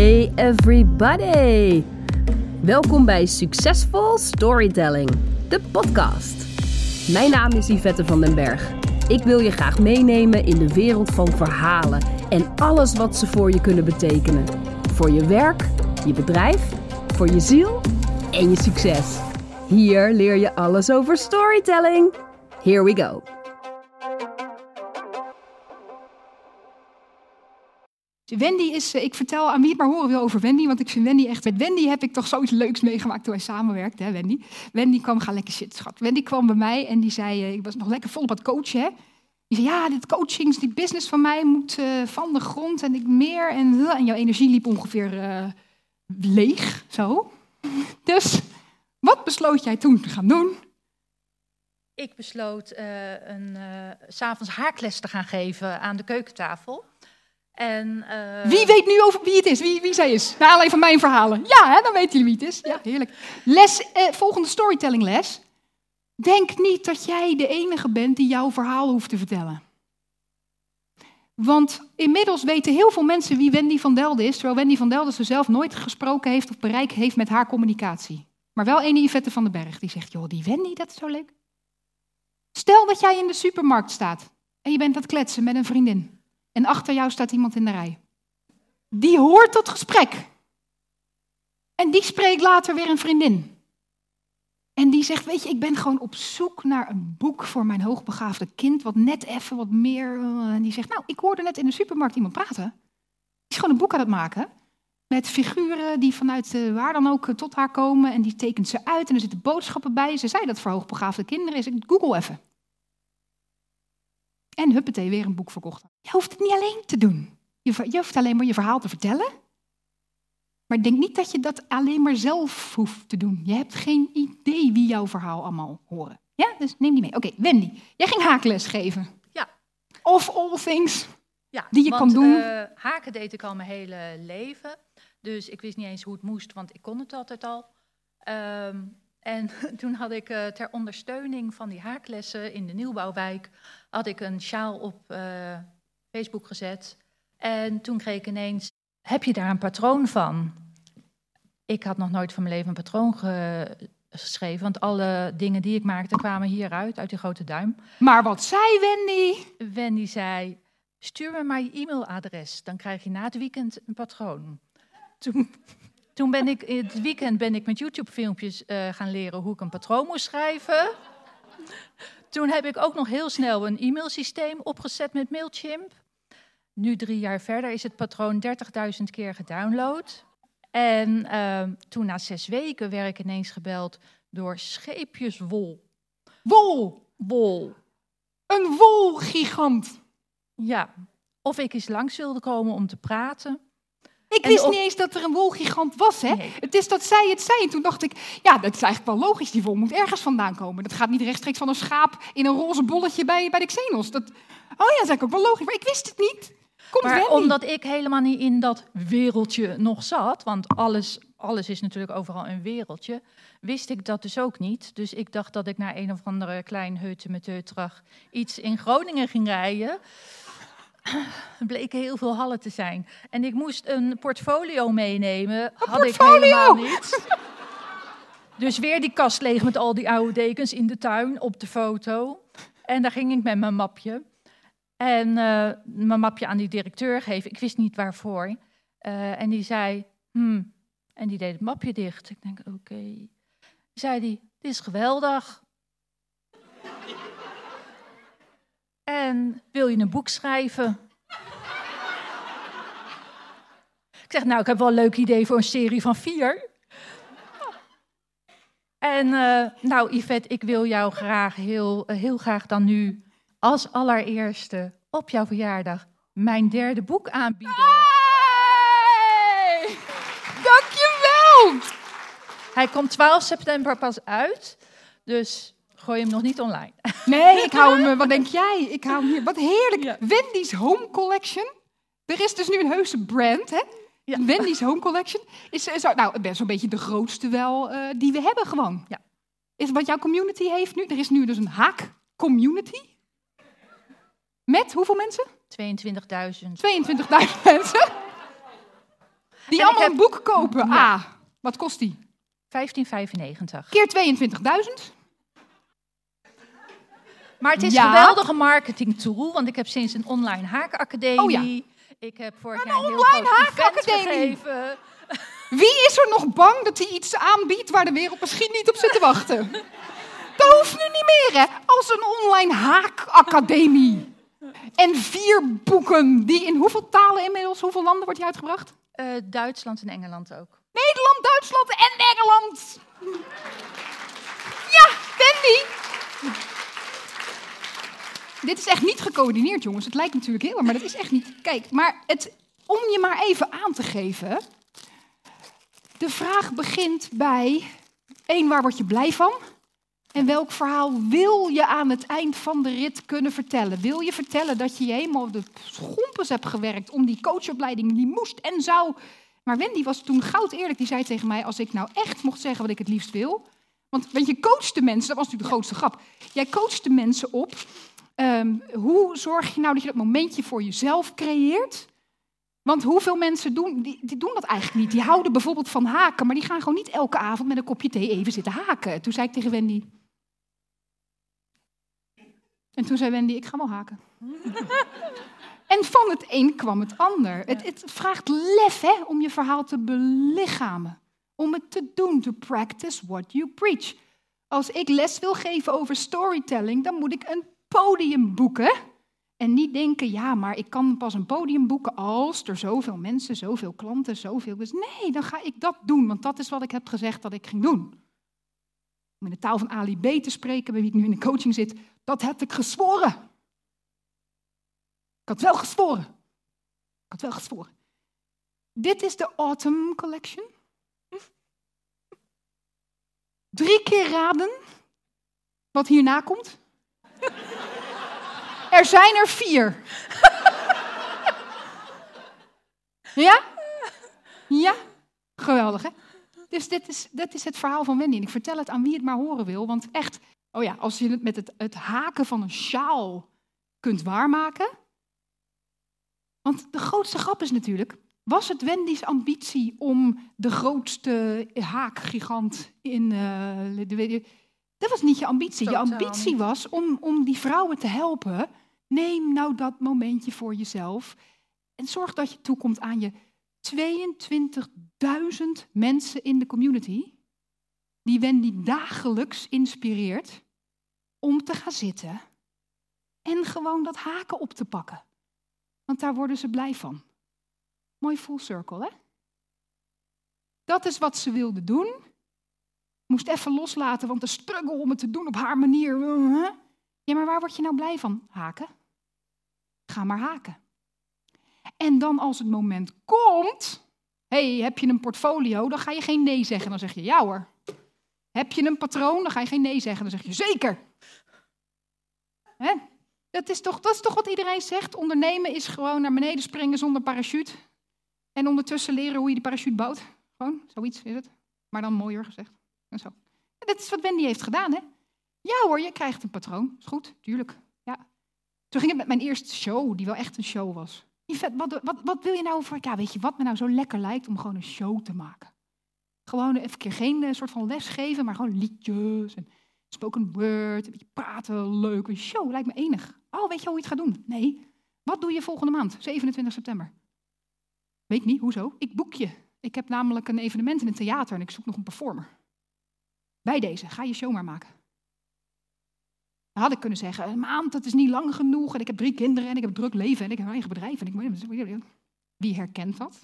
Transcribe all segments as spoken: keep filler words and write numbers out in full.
Hey everybody! Welkom bij Succesvol Storytelling, de podcast. Mijn naam is Yvette van den Berg. Ik wil je graag meenemen in de wereld van verhalen en alles wat ze voor je kunnen betekenen. Voor je werk, je bedrijf, voor je ziel en je succes. Hier leer je alles over storytelling. Here we go! Wendy is, ik vertel aan wie het maar horen wil over Wendy, want ik vind Wendy echt... Met Wendy heb ik toch zoiets leuks meegemaakt toen wij samenwerkten, hè Wendy? Wendy kwam, ga lekker shit, schat. Wendy kwam bij mij en die zei, ik was nog lekker volop aan het coachen, hè? Die zei, ja, dit coaching, die business van mij moet uh, van de grond en ik meer. En, uh, en jouw energie liep ongeveer uh, leeg, zo. Dus, wat besloot jij toen te gaan doen? Ik besloot uh, een, uh, 's avonds haakles te gaan geven aan de keukentafel. En, uh... Wie weet nu over wie het is? Wie, wie zij is? Naar aanleiding van mijn verhalen. Ja, hè, dan weten jullie wie het is. Ja, heerlijk. Les, eh, volgende storytellingles. Denk niet dat jij de enige bent die jouw verhaal hoeft te vertellen. Want inmiddels weten heel veel mensen wie Wendy van Delden is, terwijl Wendy van Delden ze zelf nooit gesproken heeft of bereik heeft met haar communicatie. Maar wel ene Yvette van den Berg die zegt, joh, die Wendy, dat is zo leuk. Stel dat jij in de supermarkt staat en je bent aan het kletsen met een vriendin. En achter jou staat iemand in de rij. Die hoort dat gesprek. En die spreekt later weer een vriendin. En die zegt, weet je, ik ben gewoon op zoek naar een boek voor mijn hoogbegaafde kind. Wat net even wat meer... En die zegt, nou, ik hoorde net in de supermarkt iemand praten. Die is gewoon een boek aan het maken. Met figuren die vanuit uh, waar dan ook tot haar komen. En die tekent ze uit en er zitten boodschappen bij. Ze zei dat het voor hoogbegaafde kinderen is. Ik google even. En huppatee, weer een boek verkocht. Je hoeft het niet alleen te doen. Je, je hoeft alleen maar je verhaal te vertellen. Maar denk niet dat je dat alleen maar zelf hoeft te doen. Je hebt geen idee wie jouw verhaal allemaal horen. Ja, dus neem die mee. Oké, okay, Wendy, jij ging haakles geven. Ja. Of all things ja, die je want, kan doen. Uh, haken deed ik al mijn hele leven. Dus ik wist niet eens hoe het moest, want ik kon het altijd al. Um, En toen had ik uh, ter ondersteuning van die haaklessen in de nieuwbouwwijk, had ik een sjaal op uh, Facebook gezet. En toen kreeg ik ineens, heb je daar een patroon van? Ik had nog nooit van mijn leven een patroon ge- geschreven, want alle dingen die ik maakte kwamen hieruit, uit die grote duim. Maar wat zei Wendy? Wendy zei, stuur me maar je e-mailadres, dan krijg je na het weekend een patroon. Toen... Toen ben ik, in het weekend ben ik met YouTube-filmpjes uh, gaan leren hoe ik een patroon moest schrijven. Toen heb ik ook nog heel snel een e-mailsysteem opgezet met Mailchimp. Nu drie jaar verder is het patroon dertigduizend keer gedownload. En uh, toen na zes weken werd ik ineens gebeld door Scheepjes Wol. Wol! Wol. Een wolgigant. Ja, of ik eens langs wilde komen om te praten. Ik wist of... niet eens dat er een wolgigant was, hè? Nee. Het is dat zij het zei. En toen dacht ik, ja, dat is eigenlijk wel logisch. Die wol moet ergens vandaan komen. Dat gaat niet rechtstreeks van een schaap in een roze bolletje bij, bij de Xenos. Dat... Oh ja, dat is eigenlijk ook wel logisch. Maar ik wist het niet. Komt maar Wendy. Omdat ik helemaal niet in dat wereldje nog zat, want alles, alles is natuurlijk overal een wereldje, wist ik dat dus ook niet. Dus ik dacht dat ik naar een of andere klein heute met Utrecht iets in Groningen ging rijden. Er bleken heel veel hallen te zijn. En ik moest een portfolio meenemen. Een Had portfolio? ik helemaal niet. Dus weer die kast leeg met al die oude dekens in de tuin op de foto. En daar ging ik met mijn mapje. En uh, mijn mapje aan die directeur geven. Ik wist niet waarvoor. Uh, en die zei, hmm. En die deed het mapje dicht. Ik denk, oké. Okay. Zei die, dit is geweldig. En wil je een boek schrijven? Ik zeg, nou, ik heb wel een leuk idee voor een serie van vier. En uh, nou, Yvette, ik wil jou graag heel, uh, heel graag dan nu als allereerste op jouw verjaardag mijn derde boek aanbieden. Hey! Dankjewel! Hij komt twaalf september pas uit, dus gooi hem nog niet online. Nee, ik hou hem, wat denk jij? Ik hou hem hier, wat heerlijk. Ja. Wendy's Home Collection. Er is dus nu een heuse brand, hè? Ja. Wendy's Home Collection is, is nou, best zo'n beetje de grootste wel uh, die we hebben gewoon. Ja. Is wat jouw community heeft nu. Er is nu dus een haak-community. Met hoeveel mensen? tweeëntwintigduizend. tweeëntwintigduizend mensen. Die En allemaal ik een heb- boek kopen. Ja. Ah, wat kost die? vijftien vijfennegentig. Keer tweeëntwintigduizend. Maar het is Ja. een geweldige marketing tool, want ik heb sinds een online haakacademie. Oh ja. Ik heb vorig Een jaar een heel online groot event haakacademie. gegeven. Wie is er nog bang dat hij iets aanbiedt waar de wereld misschien niet op zit te wachten? Dat hoeft nu niet meer, hè? Als een online haakacademie. En vier boeken die in hoeveel talen inmiddels, hoeveel landen wordt die uitgebracht? Uh, Duitsland en Engeland ook. Nederland, Duitsland en Engeland. Ja, Wendy. Dit is echt niet gecoördineerd, jongens. Het lijkt natuurlijk heel erg, maar dat is echt niet. Kijk, maar het, om je maar even aan te geven. De vraag begint bij, één, waar word je blij van? En welk verhaal wil je aan het eind van de rit kunnen vertellen? Wil je vertellen dat je je helemaal de schompens hebt gewerkt om die coachopleiding die moest en zou... Maar Wendy was toen goud eerlijk. Die zei tegen mij, als ik nou echt mocht zeggen wat ik het liefst wil... Want, want je coachte mensen, dat was natuurlijk de grootste grap. Jij coachte mensen op, um, hoe zorg je nou dat je dat momentje voor jezelf creëert? Want hoeveel mensen doen, die, die doen dat eigenlijk niet. Die houden bijvoorbeeld van haken, maar die gaan gewoon niet elke avond met een kopje thee even zitten haken. Toen zei ik tegen Wendy... En toen zei Wendy, ik ga wel haken. En van het een kwam het ander. Ja. Het, het vraagt lef, hè, om je verhaal te belichamen. Om het te doen, to practice what you preach. Als ik les wil geven over storytelling, dan moet ik een podium boeken. En niet denken, ja, maar ik kan pas een podium boeken als er zoveel mensen, zoveel klanten, zoveel... Dus nee, dan ga ik dat doen, want dat is wat ik heb gezegd dat ik ging doen. Om in de taal van Ali B te spreken, bij wie ik nu in de coaching zit, dat heb ik gezworen. Ik had wel gezworen. Ik had wel gezworen. Dit is de Autumn Collection. Drie keer raden wat hierna komt. Er zijn er vier. Ja? Ja? Geweldig, hè? Dus dit is, dit is het verhaal van Wendy. En ik vertel het aan wie het maar horen wil. Want echt, oh ja, als je het met het, het haken van een sjaal kunt waarmaken. Want de grootste grap is natuurlijk, was het Wendy's ambitie om de grootste haakgigant in... Uh, de, dat was niet je ambitie. Je ambitie was om, om die vrouwen te helpen. Neem nou dat momentje voor jezelf. En zorg dat je toekomt aan je tweeëntwintigduizend mensen in de community. Die Wendy dagelijks inspireert om te gaan zitten. En gewoon dat haken op te pakken. Want daar worden ze blij van. Mooi full circle, hè? Dat is wat ze wilde doen. Moest even loslaten, want de struggle om het te doen op haar manier. Ja, maar waar word je nou blij van? Haken. Ga maar haken. En dan als het moment komt, hey, heb je een portfolio, dan ga je geen nee zeggen. Dan zeg je ja hoor. Heb je een patroon, dan ga je geen nee zeggen. Dan zeg je zeker. Hè? Dat is toch, dat is toch wat iedereen zegt? Ondernemen is gewoon naar beneden springen zonder parachute. En ondertussen leren hoe je die parachute bouwt. Gewoon, zoiets is het. Maar dan mooier gezegd. En zo. En dat is wat Wendy heeft gedaan, hè? Ja hoor, je krijgt een patroon. Is goed, tuurlijk. Ja. Toen ging het met mijn eerste show, die wel echt een show was. Yvette, wat, wat, wat wil je nou voor... Ja, weet je wat me nou zo lekker lijkt om gewoon een show te maken? Gewoon even een keer geen uh, soort van les geven, maar gewoon liedjes en spoken word, een beetje praten, leuk. Een show lijkt me enig. Oh, weet je hoe je het gaat doen? Nee. Wat doe je volgende maand, zevenentwintig september? Weet niet, hoezo? Ik boek je. Ik heb namelijk een evenement in een theater en ik zoek nog een performer. Bij deze, ga je show maar maken. Dan had ik kunnen zeggen, een maand, dat is niet lang genoeg. En ik heb drie kinderen en ik heb een druk leven en ik heb een eigen bedrijf. En ik... Wie herkent dat?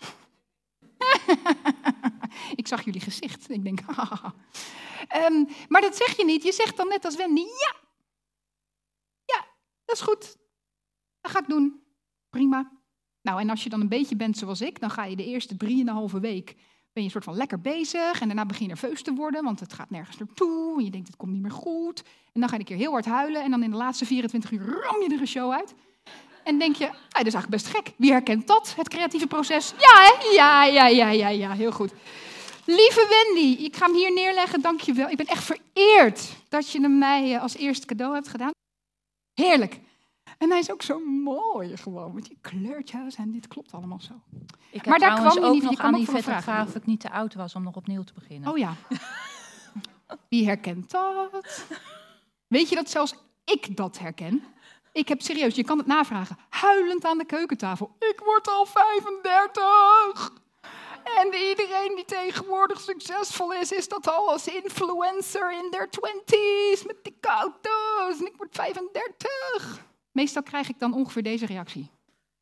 Ik zag jullie gezicht. Ik denk, haha. Um, maar dat zeg je niet. Je zegt dan net als Wendy, ja. Ja, dat is goed. Dat ga ik doen. Prima. Nou, en als je dan een beetje bent zoals ik, dan ga je de eerste drieënhalve week... ben je een soort van lekker bezig en daarna begin je nerveus te worden, want het gaat nergens naartoe en je denkt het komt niet meer goed. En dan ga je een keer heel hard huilen en dan in de laatste vierentwintig uur ram je er een show uit. En denk je, ah, dat is eigenlijk best gek. Wie herkent dat, het creatieve proces? Ja, hè? Ja, ja, ja, ja, ja, heel goed. Lieve Wendy, ik ga hem hier neerleggen, dank je wel. Ik ben echt vereerd dat je hem mij als eerste cadeau hebt gedaan. Heerlijk. En hij is ook zo mooi gewoon, met die kleurtjes en dit klopt allemaal zo. Ik heb Maar daar trouwens kwam je ook niet, je nog kan aan ook voor een Yvette vraag gevraagd doen. of ik niet te oud was om nog opnieuw te beginnen. Oh ja. Wie herkent dat? Weet je dat zelfs ik dat herken? Ik heb serieus, je kan het navragen. Huilend aan de keukentafel. Ik word al vijfendertig. En iedereen die tegenwoordig succesvol is, is dat al als influencer in their twenties. Met dikke auto's. En ik word vijfendertig. Meestal krijg ik dan ongeveer deze reactie.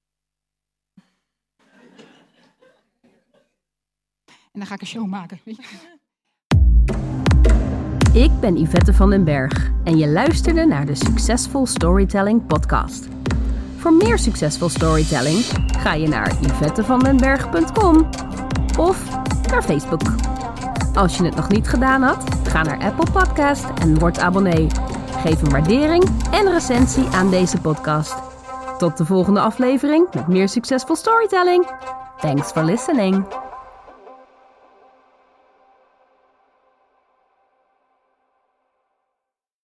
En dan ga ik een show maken. Weet je? Ik ben Yvette van den Berg en je luisterde naar de Successful Storytelling podcast. Voor meer succesvol storytelling ga je naar yvette van den berg punt com of naar Facebook. Als je het nog niet gedaan had, ga naar Apple Podcast en word abonnee. Geef een waardering en recensie aan deze podcast. Tot de volgende aflevering met meer succesvol storytelling. Thanks for listening.